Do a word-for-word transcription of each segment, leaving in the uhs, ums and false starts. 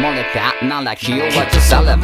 漏れたなら気を渡されば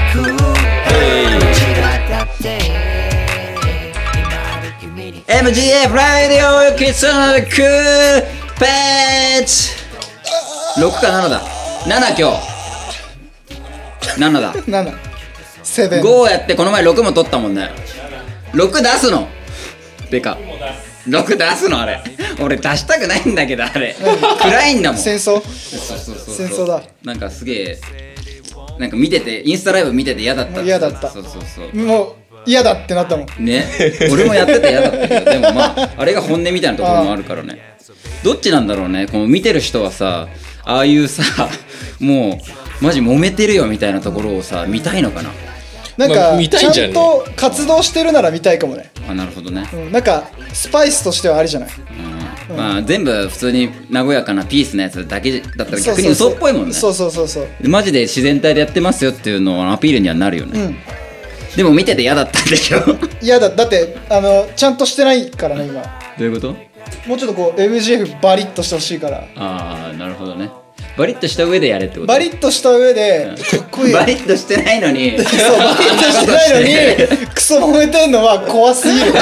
エムジーエフ ラディオキツネクページろくかななだなな今日ななだななセブンごやってこの前ろくも取ったもんねろく出すのでかろく出すのあれ俺出したくないんだけどあれ暗いんだもん戦争そうそうそうそう戦争だなんかすげえなんか見ててインスタライブ見てて嫌だった嫌だったそうそうそうもう嫌だってなったもんね俺もやってて嫌だったけどでもまああれが本音みたいなところもあるからねどっちなんだろうねこの見てる人はさああいうさもうマジ揉めてるよみたいなところをさ見たいのかななんか、 まあ見たいんじゃんねちゃんと活動してるなら見たいかもね、 あなるほどね、 うん、なんかスパイスとしてはありじゃないうんまあ全部普通に和やかなピースなやつだけだったら逆に嘘っぽいもんねそうそうそうそうでマジで自然体でやってますよっていうのをアピールにはなるよね、 うんでも見てて嫌だったんでしょ嫌だだってあのちゃんとしてないからね今どういうこともうちょっとこう エムジーエフ バリッとしてほしいからああなるほどねバリッとした上でやれってことバリッとした上でかっこいいバリッとしてないのにそうバリッとしてないのにクソ揉めてんのは怖すぎる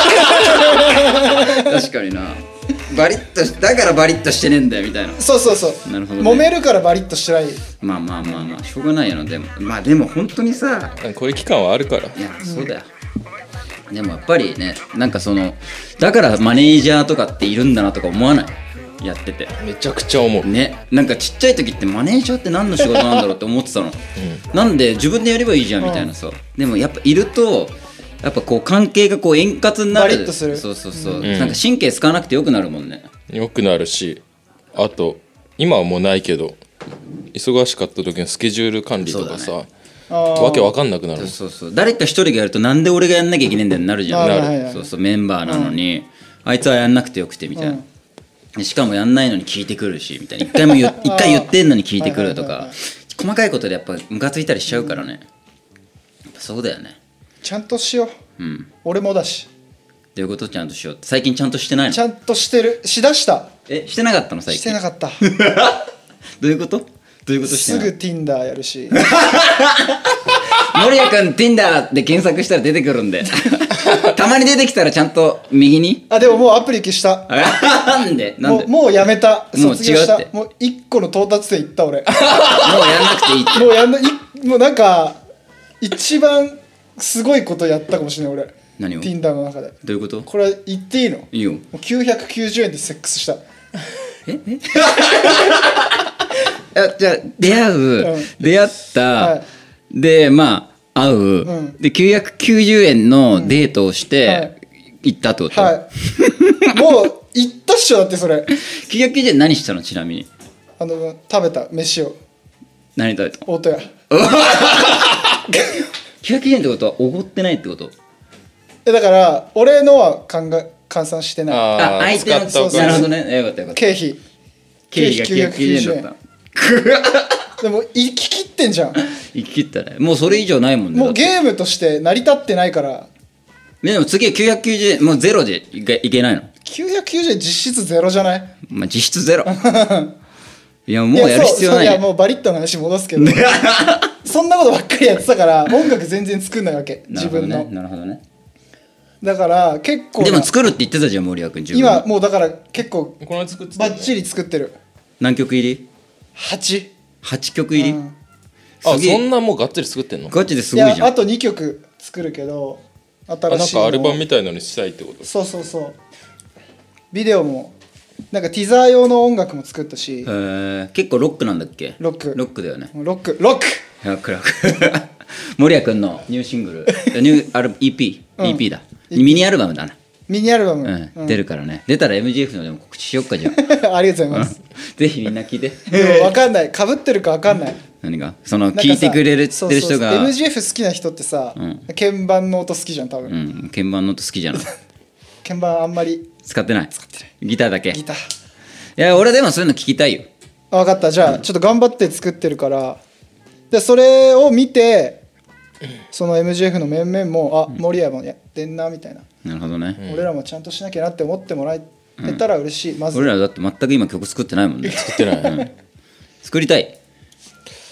確かになバリッとしだからバリッとしてねえんだよみたいなそうそうそうなるほどね揉めるからバリッとしてないまあまあまあまあしょうがないよなでもまあでも本当にさこういう期間はあるからいやそうだよ、でもやっぱりねなんかそのだからマネージャーとかっているんだなとか思わないやっててめちゃくちゃ思う、 ねなんかちっちゃい時ってマネージャーって何の仕事なんだろうって思ってたの、なんで自分でやればいいじゃんみたいなさ、でもやっぱいるとやっぱこう関係がこう円滑になるバリッとするそうそうそう、 んなんか神経使わなくてよくなるもんねよくなるしあと今はもうないけど忙しかった時のスケジュール管理とかさ、 あーわけわかんなくなるそうそう誰か一人がやるとなんで俺がやんなきゃいけないんだよなるじゃんあーなる、 はいはいそうそうメンバーなのに、あいつはやんなくてよくてみたいな、 うんでしかもやんないのに聞いてくるしみたいな一回も言一回言ってんのに聞いてくるとか、 はいはいはいはい細かいことでやっぱムカついたりしちゃうからね、やっぱそうだよねちゃんとしよううん俺もだしどういうことちゃんとしようって最近ちゃんとしてないのちゃんとしてるしだしたえしてなかったの最近してなかったどういうことどういうことしてすぐない Tinder やるし森谷くん Tinder で検索したら出てくるんでたまに出てきたらちゃんと右にあでももうアプリ消したなんでなんでもうもうやめたもう卒業した違うってもう一個の到達点いった俺もうやんなくていいってもうやんないもうなんか一番すごいことやったかもしれない俺何を Tinder の中でどういうことこれ言っていいのいいよもうきゅうひゃくきゅうじゅうえんでセックスしたええあじゃあ出会う、 うん出会った、 はいでまあ会う、 うんできゅうひゃくきゅうじゅうえんのデートをして、 はい行ったってこと、 はいもう行ったっしょだってそれきゅうひゃくきゅうじゅうえん何したのちなみにあの食べた飯を何食べた大戸屋きゅうひゃくきゅうじゅうえんってことはおごってないってことえだから俺のは考え換算してないああー相手の使ったお金なるほどねよかったよかった経費経費がきゅうひゃくきゅうじゅうえんだったでも行き切ってんじゃん行き切ったねもうそれ以上ないもんねもうだってゲームとして成り立ってないからでも次はきゅうひゃくきゅうじゅうえんもうゼロでいけいけないの、 きゅうひゃくきゅうじゅうえん実質ゼロじゃないまあ、実質ゼロいやもうやる必要ないいやそうそういやもうバリッとの話戻すけどそんなことばっかりやってたから音楽全然作んないわけなるほど自分の、 ねなるほどねだから結構なでも作るって言ってたじゃん森谷君自分今もうだから結構この間作ってたバッチリ作ってる何曲入りはち、 はちきょく入り、 うんあすげえそんなもうがっつり作ってんのガチですいごいじゃんやあとにきょく作るけどあなん新しいのかアルバムみたいのにしたいってことそうそうそうビデオもなんかティザー用の音楽も作ったしへー結構ロックなんだっけロックロックだよねロックロックロックロック森谷君のニューシングルニューアル イーピー、 うんイーピー だミニアルバムだな、 ミニアルバム、 うんうん出るからね出たら エムジーエフ のでも告知しよっかじゃあありがとうございます、 ぜひみんな聞いてでも分かんないかぶってるか分かんない何がそのなんかさ聞いてくれるってそうそうそう言ってる人がエムジーエフ 好きな人ってさ、 うん鍵盤の音好きじゃん多分、 うん鍵盤の音好きじゃん鍵盤あんまり使ってないギターだけいギターや俺でもそういうの聞きたいよあ分かったじゃあちょっと頑張って作ってるからでそれを見てその エムジーエフ の面々もあ森谷もやってんなみたいな、 なるほどね、 俺らもちゃんとしなきゃなって思ってもらえたら嬉しい、まず俺らだって全く今曲作ってないもんね作ってない、 作りたい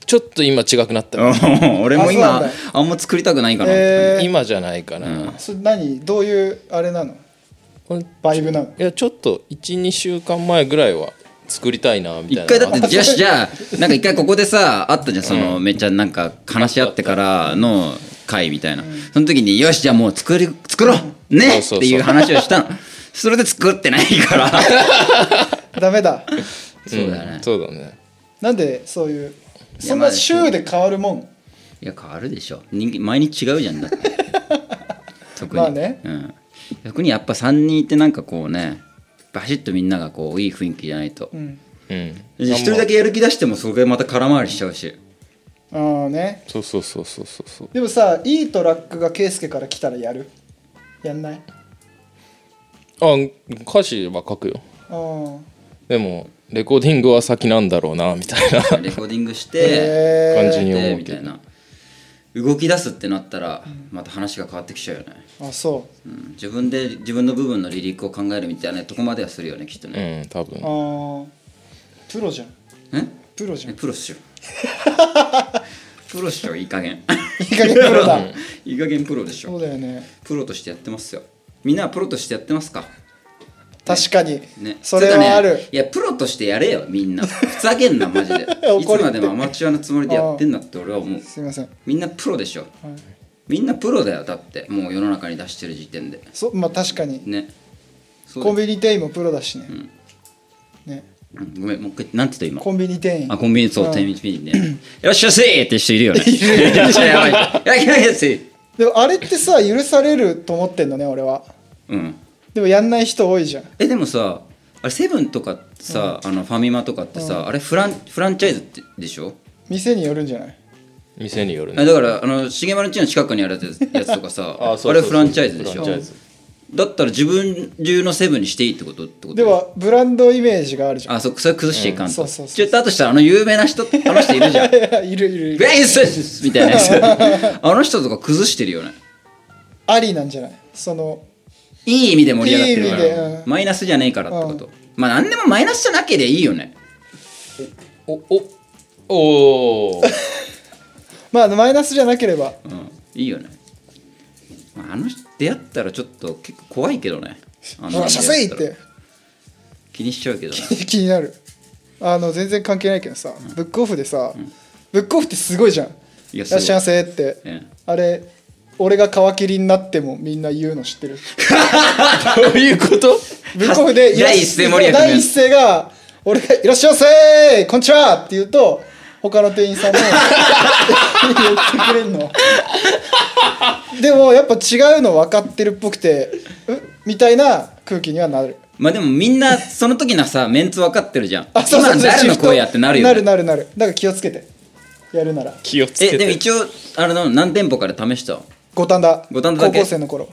ちょっと今違くなった、 うん俺もあそう今なんだあんま作りたくないかな、 えー、 今じゃないかな、 うんそれ何どういうあれなのこれバイブなの？ いやちょっといちにしゅうかんまえぐらいは作りたいなみたいな一回だってよしじゃあなんか一回ここでさあったじゃんその、めっちゃなんか話し合ってからの回みたいな、その時によしじゃあもう作り作ろうねそうそうそうっていう話をしたのそれで作ってないからダメだ。 そうだね、 んそうだねなんでそういうやそんな週で変わるもん？ いや変わるでしょ人間毎日違うじゃんだって特にまあねうん、逆にやっぱさんにんいてなんかこうねバシッとみんながこういい雰囲気じゃないとうんうん一人だけやる気出してもそれがまた空回りしちゃうしああね。 そうそうそうそうそうそうでもさいいトラックがケイスケから来たらやる？やんない？ あ歌詞は書くよあでもレコーディングは先なんだろうなみたいなレコーディングしあてへ感じにで思うけどみたいな動き出すってなったらまた話が変わってきちゃうよね、 あそうん、自分で自分の部分のリリックを考えるみたいなとこまではするよねきっとうね、 ん多分う。ああプロじゃんえプロじゃん。 えプロっしょプロっしょいい加減いい加減プロだ。 いい加減プロでしそうょだよね。 プロとしてやってますよみんなはプロとしてやってますか確かに、 ねそれはある。 つうかねいやプロとしてやれよみんなふざけんなマジで怒りいつまでもアマチュアのつもりでやってんだって俺は思うすいません。 みんなプロでしょはいみんなプロだよだってもう世の中に出してる時点でそまあ確かにねそうだよコンビニ店員もプロだしね。 んねうんごめんもう一回なんて言った今コンビニ店員。 あコンビニそううん店員ねよっしゃせーって人いるよねめっちゃやばいいやいやいやせーでもあれってさ許されると思ってんのね俺は。 うんでもやんない人多いじゃん。 えでもさあれセブンとかさ、あのファミマとかってさ、あれフランフランチャイズってでしょ店によるんじゃない？ 店によるねあだからあの重丸んちの近くにあるやつとかさああそうそうそうれフランチャイズでしょフランチャイズだったら自分中のセブンにしていいってことってことではブランドイメージがあるじゃん。 あそそれ崩していかんと、 うんそうそうそうちょっとあとしたらあの有名な人あの人いるじゃんいやいるいるいる。 ベイスみたいなやつあの人とか崩してるよねありなんじゃない？そのいい意味で盛り上がってるからいい意味でうんマイナスじゃねえからってこと、まあ何でもマイナスじゃなければいいよねおおおーまあマイナスじゃなければ。 うんいいよね、まあ、あの人出会ったらちょっと結構怖いけどねあほらシャセイって気にしちゃうけどね気になる。あの全然関係ないけどさ、ブックオフでさ、ブックオフってすごいじゃん。 いやいらっしゃいませって、 ええあれ俺が皮切りになってもみんな言うの知ってる？ どういうことブックオフでいらっ第一声森谷君第一声が俺がいらっしゃいませこんにちはって言うと他の店員さんも言ってくれんの。でもやっぱ違うの分かってるっぽくてうみたいな空気にはなる。 まあでもみんなその時のさメンツ分かってるじゃんあそうそうそう今誰の声やってなるよ、ね、 なるなるなる。だから気をつけてやるなら。 気をつけてえでも一応あれの何店舗から試した五反田五反田だけ高校生の頃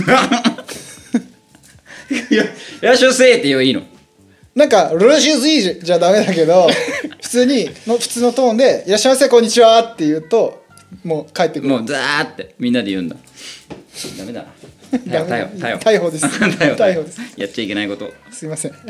いやいらっしゃいませって言えばいいのなんかルーシュズイーじゃダメだけど普通にの普通のトーンでいらっしゃいませこんにちはって言うともう帰ってくる。 もうザーってみんなで言うんだダメだな逮捕ダメ逮捕逮捕です逮捕逮捕です。 やっちゃいけないことすいません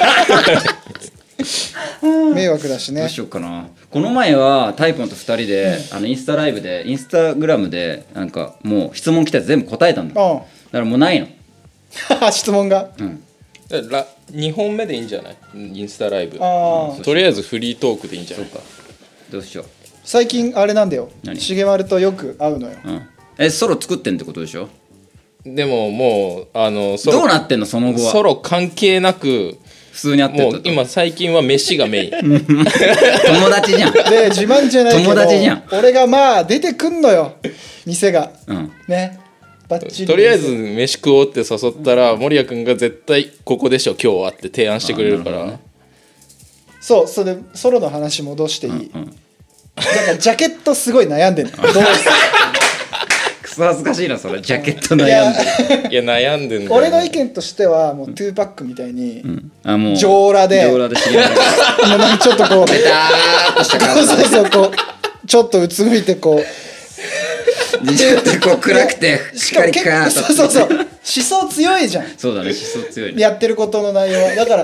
迷惑だしね。 どうしようかなこの前はタイポンとふたりで、あのインスタライブでインスタグラムでなんかもう質問来たやつ全部答えたんだだうんからもうないの質問がうんらにほんめでいいんじゃないインスタライブああとりあえずフリートークでいいんじゃないそうかどうしよ最近あれなんだよ何重丸とよく会うのよ。 う、うん、えソロ作ってんってことでしょでももうあのソロどうなってんのその後はソロ関係なく普通に会ってるもう今最近は飯がメイン友達じゃんで自慢じゃないけど友達じゃん俺がまあ出てくんのよ店がうんねバッチリとりあえず飯食おうって誘ったら守谷君が絶対ここでしょ今日はって提案してくれるからあなるほどねそうそれソロの話戻していい、 うんだからジャケットすごい悩んでるのどうクソ恥ずかしいなそれジャケット悩んでるいや悩んでんだよ俺の意見としてはもうトゥーパックみたいに、 うんあもう上裸で上裸で茂るもうなんかちょっとこうベターっとしたそう体そうそうこうちょっとうつむいてこうでちょっとこう暗くてしかも結構光かーっとそうそうそう思想強いじゃんそうだね思想強いねやってることの内容はだから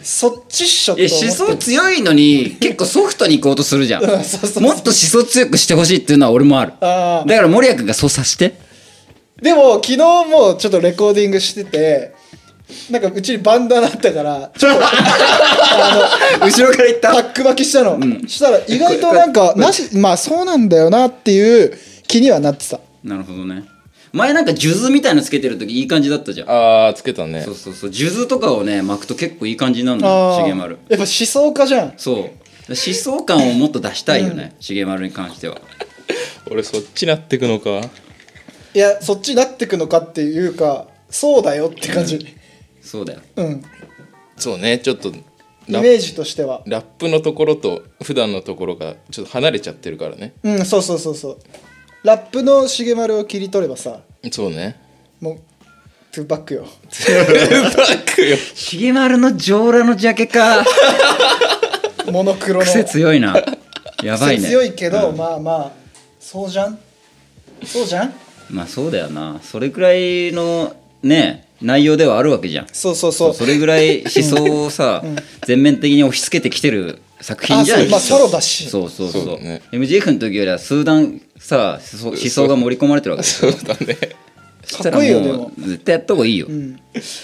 そっちっしょといや思って思想強いのに結構ソフトに行こうとするじゃんうんそうそうそうもっと思想強くしてほしいっていうのは俺もあるあーだから森谷君がそうさしてでも昨日もちょっとレコーディングしててなんかうちにバンダナあったからちょっとあ後ろから行っのパック巻きしたの、したら意外となんかなしまあそうなんだよなっていう気にはなってた。 なるほどね前なんか数珠みたいのつけてる時いい感じだったじゃんああつけたね。 そうそうそう数珠とかをね巻くと結構いい感じになるのあーよ重丸やっぱ思想家じゃん。 そう思想感をもっと出したいよね重丸に関しては俺そっちなってくのか。 いやそっちになってくのかっていうかそうだよって感じ。 そうだようん、 そうねちょっとイラメージとしては。 ラップのところと普段のところがちょっと離れちゃってるからね。 うんそうそうそうそう。ラップの重丸を切り取ればさそうね。 もうトゥーパックよ。 バックよ。 重丸の上裸のジャケかモノクロの癖強いなやばいね癖強いけど、まあまあそうじゃんそうじゃん。 まあそうだよなそれくらいのね内容ではあるわけじゃんそうそうそう。 それぐらい思想をさ、全面的に押し付けてきてる作品じゃんあそうまあソロだし。 そうそうそうそうだねエムジーエフ の時よりは数段さ思想思想が盛り込まれてるわけですそうだね。 そしたらかっこいいよもう絶対やった方がいいよ、 うん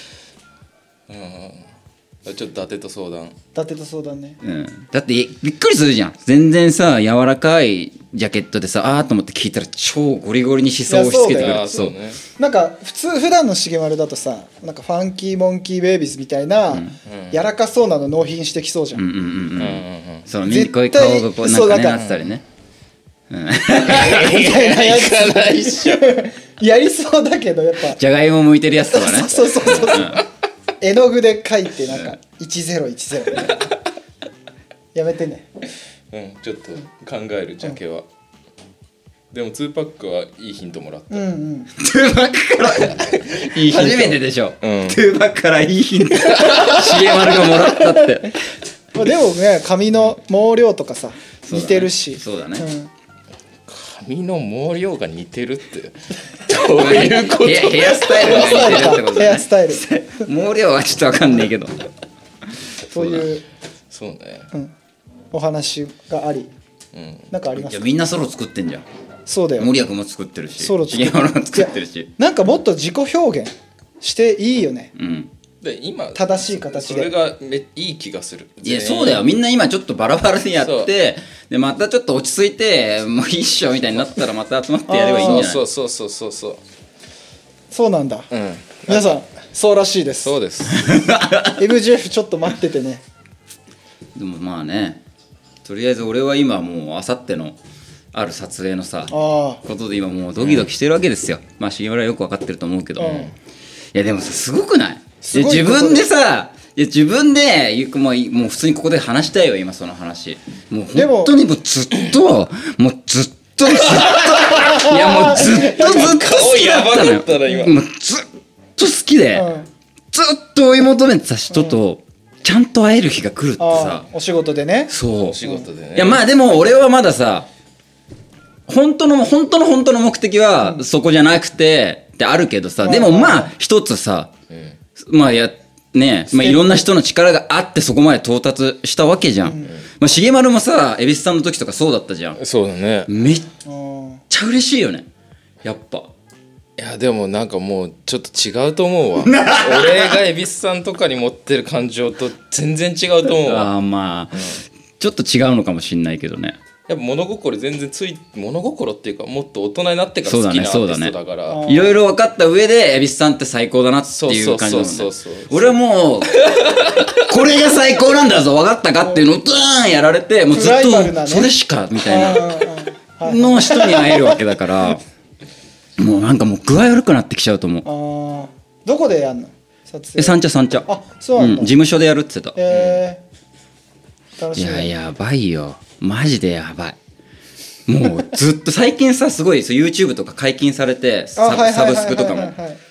ちょっと伊達と相談。 伊達と相談ね。 うん、だってびっくりするじゃん全然さ柔らかいジャケットでさあーと思って聞いたら超ゴリゴリに思想を押し付けてくるあーそうね。 なんか普通普段の重丸だとさなんかファンキーモンキーベイビーズみたいな、やらかそうなの納品してきそうじゃん、 うんうんうんうんうんうんうん。 そうみ絶対こういう顔がこうなんかねそうなんかなってたりねみたいなやつ行かないっしょ。 やりそうだけどやっぱじゃがいも向いてるやつとかねそうそうそうそう絵の具で書いてなんかいちゼロいちゼロみたいなやめてね。 うんちょっと考えるジャケは。でもツーパックはいいヒントもらった。 うんうんトゥーバックからいいヒント初めてでしょ、 うんトゥーバックからいいヒント重丸がもらったってまあでもね髪の毛量とかさそうだね似てるしそうだねん髪の毛量が似てるってどういうこと？ ヘアヘアスタイルが似てるってことヘだねアスタイル毛量はちょっとわかんないけどそういう、 そうね。 うん、お話がありうん。 なんかありますか。 いやみんなソロ作ってんじゃんそうだよ森谷君も作ってるしソロ作って重丸も作ってるしなんかもっと自己表現していいよね。 うんで今正しい形でそれがめいい気がする。 いやそうだよみんな今ちょっとバラバラでやっそうてでまたちょっと落ち着いてもういいっしょみたいになったらまた集まってやればいいんじゃないそうそうそうそうそうそうなんだ、 うん皆さんそうらしいですそうです。 エムジーエフ ちょっと待っててね。 でもまあねとりあえず俺は今もうあさってのある撮影のさあことで今もうドキドキしてるわけですよ、まあ重村はよく分かってると思うけども、 うんいやでもさすごくないすごいいや自分でさいや自分でゆくもういもう普通にここで話したいよ今その話もうでも本当にもうずっともうずっとずっといやもうずっとずっと好きだったのよ顔やばかったな今もうずっと好きで、 うんずっと追い求めてた人とちゃんと会える日が来るってあさ、 お仕事でね。 そうお仕事でね。 いやまあでも俺はまださ本当の本当の本当の目的はそこじゃなくてってあるけどさ、でもまあ一つさ、まあやねまあいろんな人の力があってそこまで到達したわけじゃん、まあ重丸もさ蛭子さんの時とかそうだったじゃんそうだね。 めっうんちゃ嬉しいよねやっぱいやでもなんかもうちょっと違うと思うわ。俺が蛭子さんとかに持ってる感情と全然違うと思うわ。 ああまあ、ちょっと違うのかもしんないけどねやっぱ物心全然つい物心っていうかもっと大人になってから好きなアーティストだから。 そうだねいろいろ分かった上で蛭子さんって最高だなっていう感じだもんねそうそうそうそう俺はもうこれが最高なんだぞ分かったかっていうのをドーンやられてもうずっプライマルなねとそれしかみたいなうんうんうんの人に会えるわけだからもうなんかもう具合悪くなってきちゃうと思うあーどこでやんの撮影。 え三茶三茶あそうなんだ、 ん、事務所でやるって言ってた、 えー、楽いしみ。 ややばいよマジでやばいもうずっと最近さすごいそう YouTube とか解禁されてサブサブスクとかもはいはいはいはい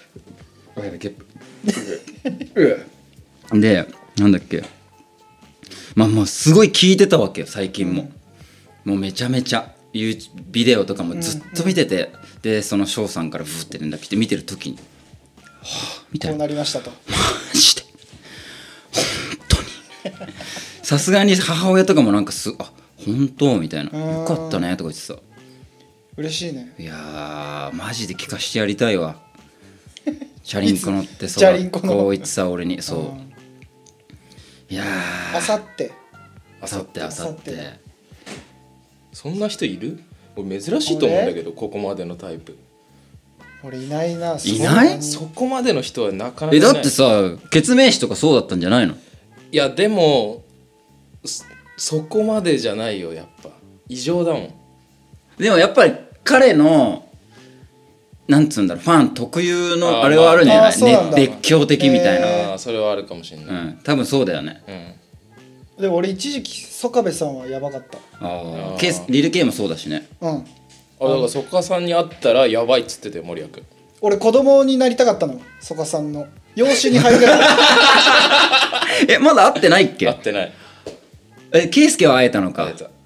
でなんだっけまあもうすごい聞いてたわけよ最近も、もうめちゃめちゃユービデオとかもずっと見てて、でその翔さんからブーって連絡来て見てる時にはあみたいこうななりましたと。 マジで本当にさすがに母親とかもなんかすあ本当みたいなうんよかったねとか言ってさ嬉しいね。 いやーマジで聞かしてやりたいわチャリンコ乗ってチャリンコのこう言ってさ俺にそういやーあさってあさってあさって明後日そんな人いる？俺珍しいと思うんだけどここまでのタイプ。 俺いないな。 いないそそこまでの人はなかなかいえない。 だってさ決命誌とかそうだったんじゃないの？ いやでもそそこまでじゃないよやっぱ異常だもん。 でもやっぱり彼のなんつうんだろうファン特有のあーあれはあるんじゃない、 まああーそうなんだ熱熱狂的みたいな、 へああそれはあるかもしれない。 うん多分そうだよねうん。 でも俺一時期曽我部さんはやばかった。 ああーあケースリルケーもそうだしねうん。 あだからそっかさんに会ったらやばいっつってたよ森谷君。 俺子供になりたかったの。曽我さんの養子に入れない。 えまだ会ってないっ会けってない。 えケイスケは会えたのか会えた。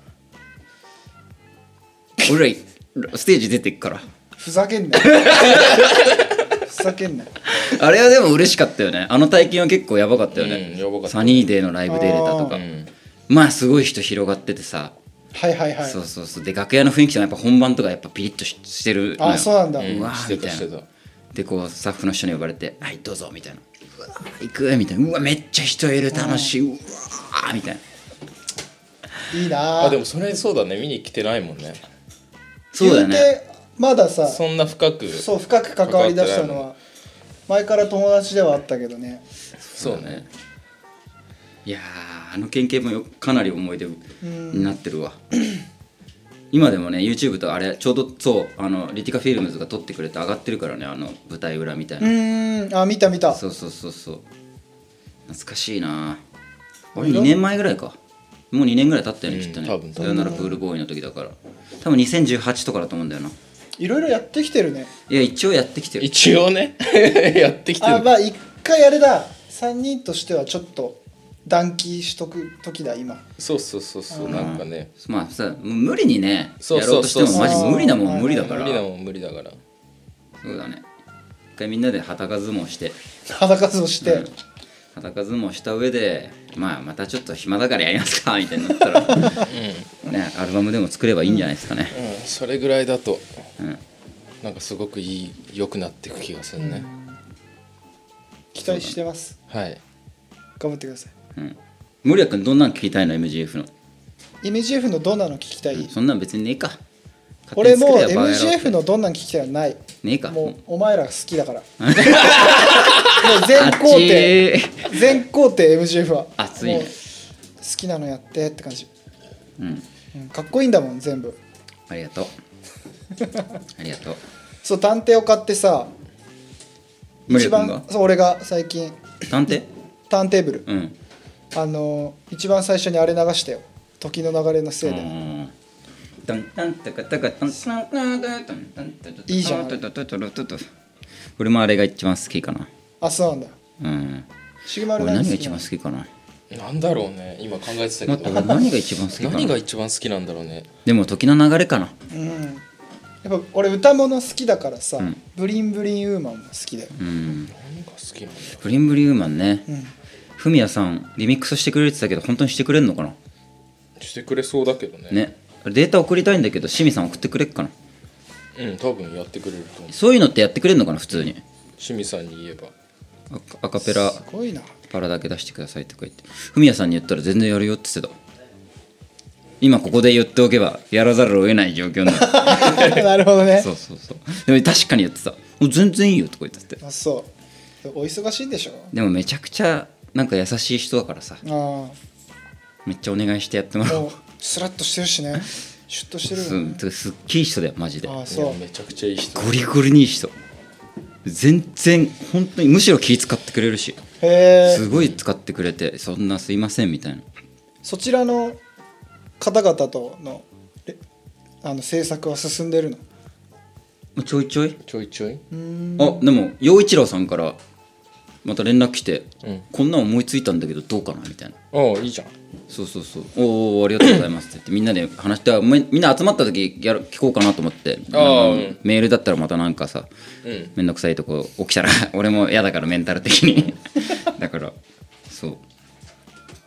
俺らステージ出てっからふざけんなよ。ふざけんなよ。 あれはでも嬉しかったよねあの体験は結構やばかったよね、 うんやばかった。 サニーデーのライブ出れたとかうん。 まあすごい人広がっててさ、 はいはいはい。 そうそうそうで楽屋の雰囲気もやっぱ本番とかやっぱピリッとししてるのよあ、そうなんだ。 うんうわーしてたしてた。 でこうスタッフの人に呼ばれて「はいどうぞ」みたいな「うわー行く」みたいな「うわめっちゃ人いる楽しい」うわーみたいないいなあ。 あでもそれそうだね見に来てないもんね。 そうだよね言うてまださ、 そんな深く。 そう深く関わりだしたのは前から友達ではあったけどね。 そうね。 いやーあの県警もよかなり思い出うんになってるわ今でもね YouTube とあれちょうどそうあのリティカフィルムズが撮ってくれて上がってるからねあの舞台裏みたいうな、 ーん、あ見た見た。 そうそうそうそう懐かしいなあれにねんまえぐらいかもうにねんぐらい経ったよね、 うんきっとね多分さよならプールボーイの時だから多分にせんじゅうはちとかだと思うんだよないろいろやってきてるね。 いや一応やってきてる一応ねやってきてる。 あまあ一回あれだ。さんにんとしてはちょっと暖気しとく時だ今。 そうそうそうそうなんかね。 まあさ無理にねそうやろうとしてもそうマそうジ無理なもはいん無理だから無理だもん無理だから。 そうだね一回みんなで裸相撲して裸相撲して、 うん裸相撲した上でまあまたちょっと暇だからやりますかみたいになったらねアルバムでも作ればいいんじゃないですかねうんそれぐらいだとうんなんかすごくいい良くなっていく気がするね。 期待してます。 はい。 頑張ってください。 うん森谷君どんなん聞きたいの エムジーエフ のエムジーエフ のどんなの聞きたい？ そんなん別にねえか俺もう勝手に作ればエムジーエフバカ野郎のどんなん聞きたいはない。 ねえかもうお前らが好きだから。もう全工程あっちー全工程 エムジーエフ は。 熱いねもう好きなのやってって感じ。 うんうんかっこいいんだもん全部。 ありがとうありがとうそう探偵を買ってさ、一森谷君が番そう俺が最近探偵ターンテーブル、 うんあのー一番最初にあれ流したよ。時の流れのせいで。 うんタンタンタカタカタンタンタンタンタンタンタンタンいいじゃんタンタンタンタンタンタン俺もあれが一番好きかなあ、そうなんだ。 うんシグマル俺何が何好きなの一番好きかななんだろうね今考えてた待ってけど俺何が一番好きかな何が一番好きなんだろうね。 でも時の流れかなうん。やっぱ俺歌物好きだからさ、 うんブリンブリンウーマンも好きだよ。 うん何が好きなんだろブリンブリンウーマンねうん。 フミヤさんリミックスしてくれるって言ってたけど本当にしてくれるのかなう。してくれそうだけどね。 ねデータ送りたいんだけどシミさん送ってくれっかなうん多分やってくれると思う。 そういうのってやってくれるのかな普通に清水さんに言えば。 アアカペラすごいな。 パラだけ出してくださいとか言ってフミヤさんに言ったら全然やるよって言ってた今ここで言っておけばやらざるを得ない状況になるなるほどね。 そうそうそうでも確かに言ってたもう全然いいよとか言っててあ、そう。お忙しいんでしょ。 でもめちゃくちゃなんか優しい人だからさああ。 めっちゃお願いしてやってもらおうもうスラッとしてるしね。シュッとしてるよね。 すすっきい人だよマジでああ、 いやそう。 めちゃくちゃいい人。 ゴリゴリにいい人全然本当にむしろ気使ってくれるしへえ。 すごい使ってくれてそんなすいませんみたいなそちらの方々とのえあの制作は進んでるの？ ちょいちょいちょいちょい。 うーん。 あでも陽一郎さんからまた連絡来て、 うんこんなん思いついたんだけどどうかなみたいなああいいじゃん。 そうそうそうおーおーありがとうございますって言ってみんなで話してみみんな集まった時やる聞こうかなと思ってあーのうんメールだったらまたなんかさうん。 めんどくさいとこ起きたら俺も嫌だからメンタル的にだからそう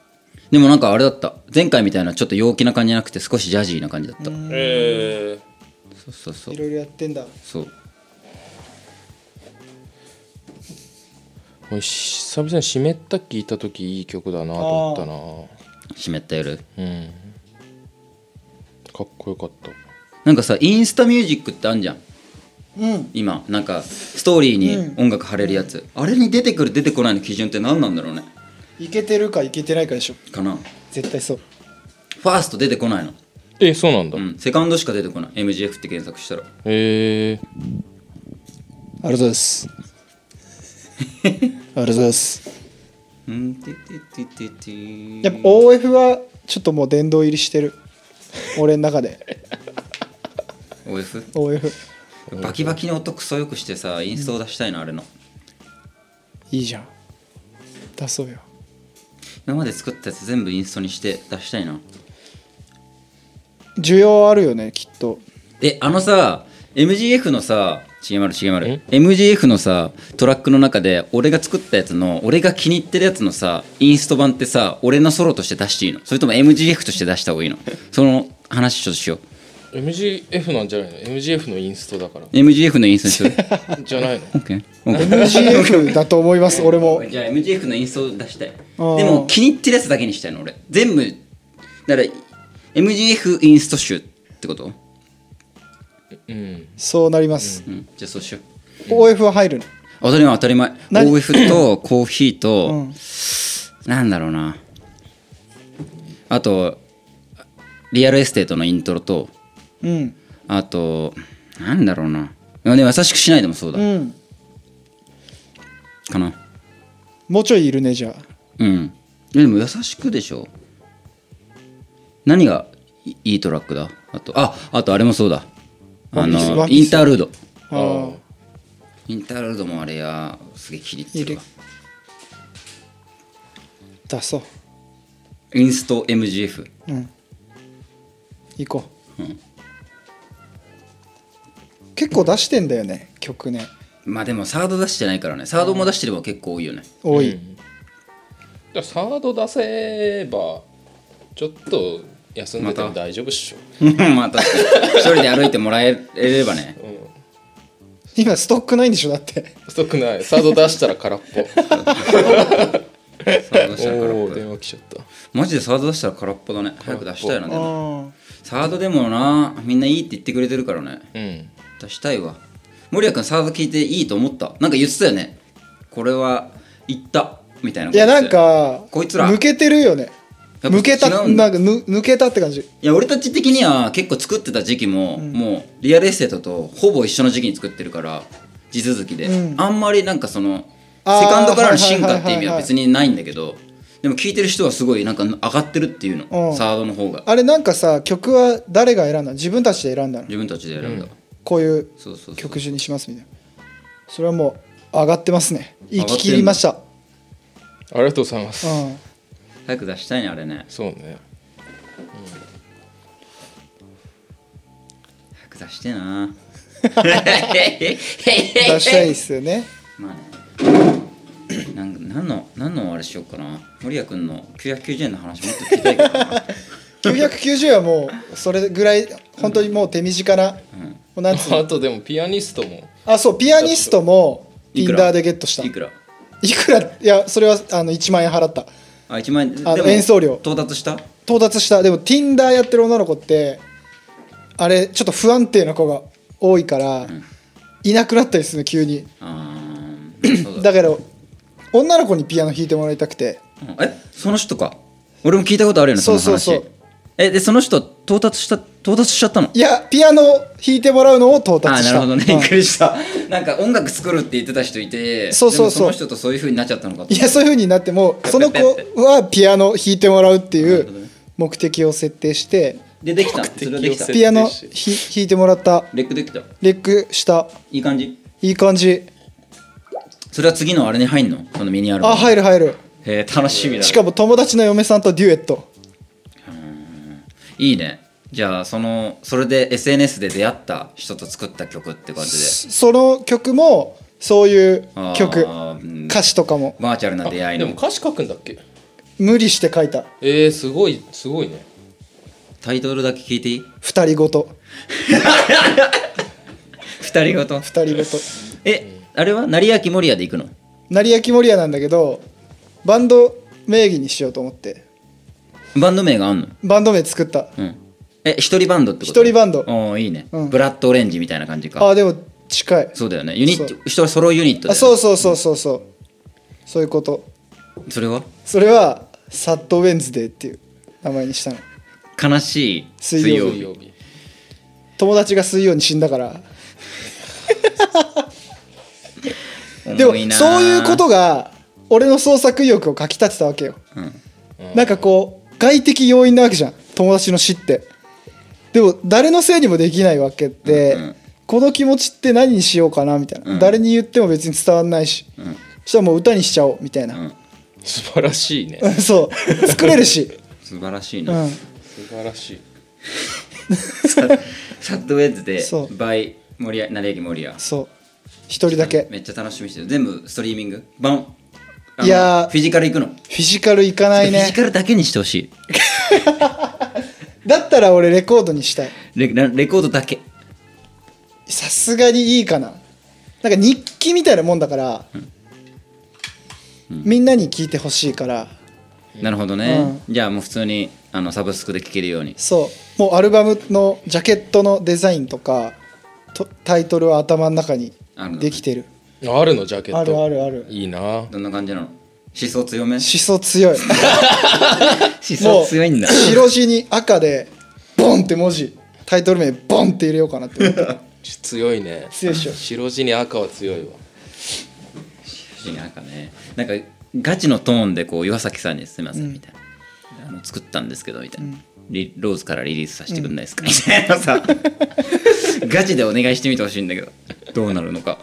でもなんかあれだった、前回みたいなちょっと陽気な感じじゃなくて少しジャジーな感じだった。 えそうそうそういろいろやってんだ。 そうー、もう久々に湿った聞いた時いい曲だなと思ったな。 湿った夜。 うんかっこよかった。 なんかさインスタミュージックってあんじゃんうん今、なんかストーリーに音楽貼れるやつ、あれに出てくる出てこないの基準って何なんだろうね。 いけてるかいけてないかでしょ。 かな。 絶対そう。 ファースト出てこないの。 えそうなんだ。 うん、セカンドしか出てこない。 エムジーエフ って検索したら。 へえー、 ありがとうございますありがとうございますうんてててててやっぱ オーエフ はちょっともう殿堂入りしてる俺の中で。 オーエフ？ オーエフバキバキに音クソよくしてさインストを出したいの、あれの。 いいじゃん、出そうよ。 今まで作ったやつ全部インストにして出したいな。 需要あるよねきっと。 え、あのさ エムジーエフ のさ、ちげまるちげまる エムジーエフ のさトラックの中で俺が作ったやつの、俺が気に入ってるやつのさインスト版ってさ、俺のソロとして出していいの、それとも エムジーエフ として出した方がいいの？その話ちょっとしよう。 エムジーエフ なんじゃないの？ エムジーエフ のインストだからエムジーエフ のインストにするじゃないの？ OK エムジーエフ だと思います俺も。 じゃあ エムジーエフ のインストを出したい。でーも気に入ってるやつだけにしたいの俺。全部だから エムジーエフ インスト集ってこと？ うんそうなります、 うん、じゃあそうしよう。 オーエフ は入るの？ 当たり前当たり前。 何オーエフ とコーヒーと、 うんなんだろうな、あとリアルエステートのイントロと、 うんあとなんだろうな、でも優しくしないでもそうだ、 うんかな。 もうちょいいるねじゃあ。 うんでも優しくでしょ。何がいいいトラックだ。あとああとあれもそうだ、あワンピースワのンピースインタールード。 あーインタールードもあれやすげえ気に入ってるわ。 出そう。 インスト エムジーエフ。 うん行こう、 うん結構出してんだよね曲ね。 まあでもサード出してないからね。サードも出してれば結構多いよね。 多い、 うんじゃあサード出せばちょっと休んでても大丈夫っしょ。 まあ確かに一人で歩いてもらえればね。 今ストックないんでしょだってストックない。サード出したら空っぽ。 サード出したら空っぽだよ。 おお電話来ちゃった。 マジでサード出したら空っぽだね。早く出したいな。でもあサードでもな、みんないいって言ってくれてるからね。 うん出したいわ。森谷君サード聞いていいと思った？なんか言ってたよね。これは言ったみたいなこといやなんかこいつら抜けてるよね。 やっぱ抜けた違うんだなんかぬ抜けたって感じ。 いや俺たち的には結構作ってた時期も、もうリアルエステートとほぼ一緒の時期に作ってるから地続きで、 うんあんまりなんかそのセあーカンドからの進化っていう意味ははいはいはいはい別にないんだけど、でも聴いてる人はすごいなんか上がってるっていうの、 うんサードの方があれなんかさ曲は誰が選んだの？自分たちで選んだの？ 自分たちで選んだ、 うんこういうそうそうそう曲順にしますみたいな。それはもう上がってますね。言い聞きました。 ありがとうございます。 うん早く出したいねあれね。 そうね。 早く出してな出したいですよね。 まあねなんか何の何のあれしようかな。森谷君のきゅうひゃくきゅうじゅうえんの話もっと聞きたいけどなきゅうひゃくきゅうじゅうえんはもうそれぐらい本当にもう手短な、もうなんつうのあとでもピアニストもあそうピアニストもいくら Tinder でゲットした。 いくらいくらいやそれはあのいちまんえん払った。 あいちまん円あのでも演奏料到達した？ 到達した。でも Tinder やってる女の子ってあれちょっと不安定な子が多いから、 んいなくなったりするの急に。 あーそうだだから女の子にピアノ弾いてもらいたくて。 うんえその人か。俺も聞いたことあるよねその話。 そうそうそうえでその人到達した到達しちゃったの？ いやピアノ弾いてもらうのを到あ達した。 なるほどね。 うんびっくりした。なんか音楽作るって言ってた人いて、 そうそうそうでもその人とそういう風になっちゃったのかと。 いやそういう風になってもその子はピアノ弾いてもらうっていうなるほどね目的を設定してでできた。それできた。 ピアノひ弾いてもらった。 レックできた。 レックしたいい感じ。 いい感じ。 それは次のあれに入んの？そのミニアルバム。 あ入る入る。 へえ楽しみだ。 しかも友達の嫁さんとデュエット。 いいね。じゃあそのそれで エスエヌエス で出会った人と作った曲って感じで。 その曲もそういう曲あーうん歌詞とかもバーチャルな出会いの。 でも歌詞書くんだっけ？ 無理して書いた。 えー、すごいすごいね。 タイトルだけ聞いていい？ 二人ごと二人ごと。 二人ごとえ、あれは成明守屋で行くの？ 成明守屋なんだけど、バンド名義にしようと思ってバンド名があんの？ バンド名作った。 うん。え、一人バンドってこと？ 一人バンド。 おーいいね、 うん、 ブラッドオレンジみたいな感じか。 あでも近い。 そうだよね、ユニット、 そう人はソロユニットだよね。 あそうそうそうそうそう、そういうこと。 それはそれはサッドウェンズデーっていう名前にしたの。 悲しい水曜日。 水曜日友達が水曜に死んだからでも重いなそういうことが俺の創作意欲をかきたてたわけよ、 うん、 なんかこう外的要因なわけじゃん、友達の死って。でも誰のせいにもできないわけで、うんうん、この気持ちって何にしようかなみたいな、うん、誰に言っても別に伝わんないし、うん、そしたらもう歌にしちゃおうみたいな、うん、 素晴らしいねそう作れるし素晴らしいな、うん、 素晴らしいサッドウェッズでバイ森谷成明守屋。 そう一人だけめっちゃ楽しみにしてる。全部ストリーミングバン。 いやフィジカル行くの？ フィジカル行かないね。 フィジカルだけにしてほしいだったら俺レコードにしたい。 レ, レコードだけ。 さすがにいいかな。なんか日記みたいなもんだから、うんうん、みんなに聞いてほしいから。 なるほどね、うん、じゃあもう普通にあのサブスクで聴けるように。 そうもうアルバムのジャケットのデザインとかとタイトルは頭の中にできてる。 あるのジャケット。 あるあるある。 いいな。 どんな感じなの？思想強め？思想強い思想強いんだ。 白地に赤でボンって文字、タイトル名ボンって入れようかなって思った強いね。 強いでしょ。 白地に赤は強いわ。 白地に赤ね。なんかガチのトーンでこう岩崎さんにすみません、うん、みたいな、あの作ったんですけどみたいな、うん、リローズからリリースさせてくんないですか、うん、みたいなさガチでお願いしてみてほしいんだけどどうなるのか。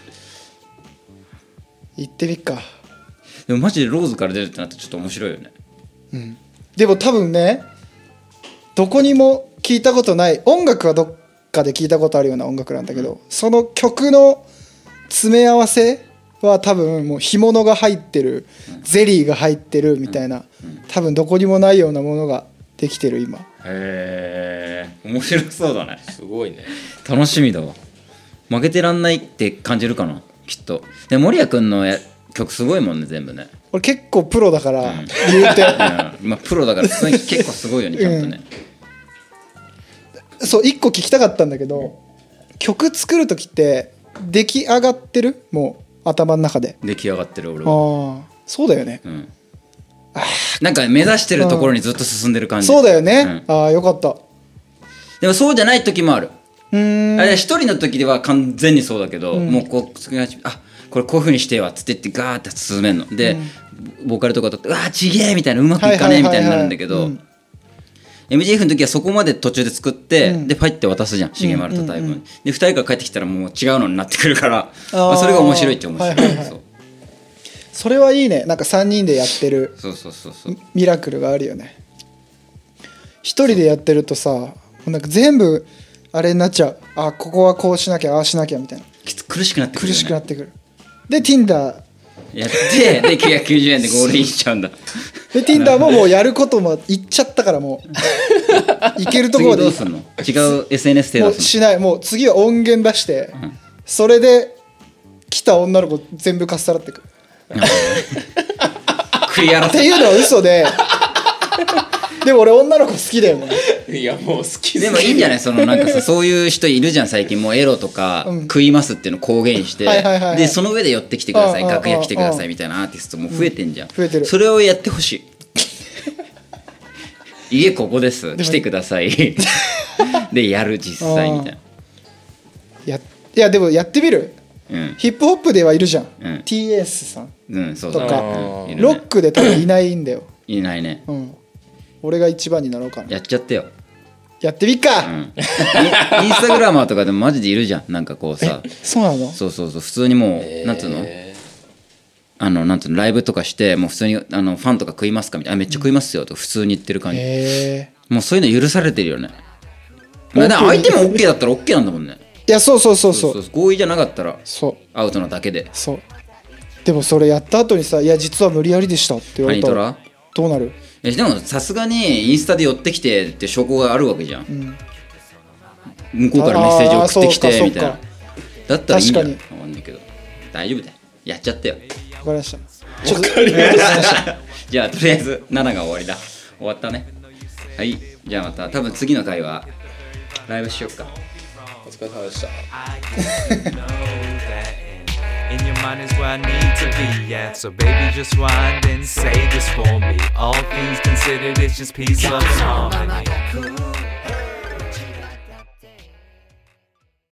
行ってみっか。 でもマジでローズから出るってなったらちょっと面白いよね、 うん、でも多分ねどこにも聞いたことない、音楽はどっかで聞いたことあるような音楽なんだけど、うん、その曲の詰め合わせは多分もう干物が入ってる、うん、ゼリーが入ってるみたいな、うんうん、多分どこにもないようなものができてる今。 へえ面白そうだね。 すごいね。 楽しみだわ。負けてらんないって感じるかなきっと。で森谷くんの曲すごいもんね全部ね。 俺結構プロだから、うん、言うて、 うんまあ、プロだから普通に結構すごいよねちゃんとね、 うん、そう一個聞きたかったんだけど、曲作る時って出来上がってる？もう頭の中で出来上がってる俺は。 ああそうだよね、うん、 あなんか目指してるところにずっと進んでる感じ、 うん、そうだよね、うん、ああよかった。 でもそうじゃない時もある。 うーんあれ一人の時では完全にそうだけど、うん、もうこうあこれこういう風にしてよっつってってガーって進めんので、うん、ボーカルとかとってうわーちげえみたいなうまくいかねえみたいになるんだけど、うん、エムジーエフ の時はそこまで途中で作って、うん、でパイって渡すじゃん重丸とタイプ、うんうんうん、でふたりが帰ってきたらもう違うのになってくるから、まあ、それが面白いっちゃ面白い、はいはいはい、そうそれはいいね。なんかさんにんでやってるそうそうそうそうミラクルがあるよね。一人でやってるとさなんか全部あれになっちゃう。あここはこうしなきゃああしなきゃみたいな苦しくなってくる、ね、 苦しくなってくる。で Tinder やってできゅうひゃくきゅうじゅうえんでゴールインしちゃうんだ。 で Tinder ももうやることも言っちゃったからもういけるところで次どうすんの？違う エスエヌエス 手出すの？ もうしない。もう次は音源出して、うん、それで来た女の子全部かっさらってく食い荒らせっていうのは嘘ででも俺女の子好きだよね。 いやもう好きでもいいんじゃない？そのなんかさそういう人いるじゃん最近もうエロとか、うん、食いますっていうのを公言して、はいはいはいはい、でその上で寄ってきてください楽屋来てくださいみたいなアーティストも増えてんじゃん、うん、 増えてる。 それをやってほしい家ここです来てくださいでやる実際みたいな。 やいやでもやってみる、うん、ヒップホップではいるじゃん、うん、ティーエーエス さん、うん、そうとか、うんね、ロックで多分いないんだよいないね、 うん、俺が一番になろうかな。 やっちゃってよ。 やってみっか、うん、 インスタグラマーとかでもマジでいるじゃんなんかこうさそうなの？ そうそうそう普通にもう、えー、なんつうのあのなんつうのライブとかしてもう普通にあのファンとか食いますかみたいなあめっちゃ食いますよと普通に言ってる感じ、えー、もうそういうの許されてるよね。まあ、だから相手も OK だったら OK なんだもんね。 いやそうそうそうそう、 そうそう合意じゃなかったらそうアウトなだけで。 そうでもそれやった後にさいや実は無理やりでしたって言われたらハニトラどうなる？ えでもさすがにインスタで寄ってきてって証拠があるわけじゃん、うん、向こうからメッセージ送ってきてみたいな。だったらいいんだよ。わかんないけど大丈夫だよ。やっちゃったよ。 わかりました。 ちょっとわかりましたじゃあとりあえずななが終わりだ。終わったね。はい、じゃあまた多分次の回はライブしよっか。 お疲れ様でした。 In your mind is where I need to be at. So baby just wind and say this for me. All things considered, it's just peace, love, and harmony.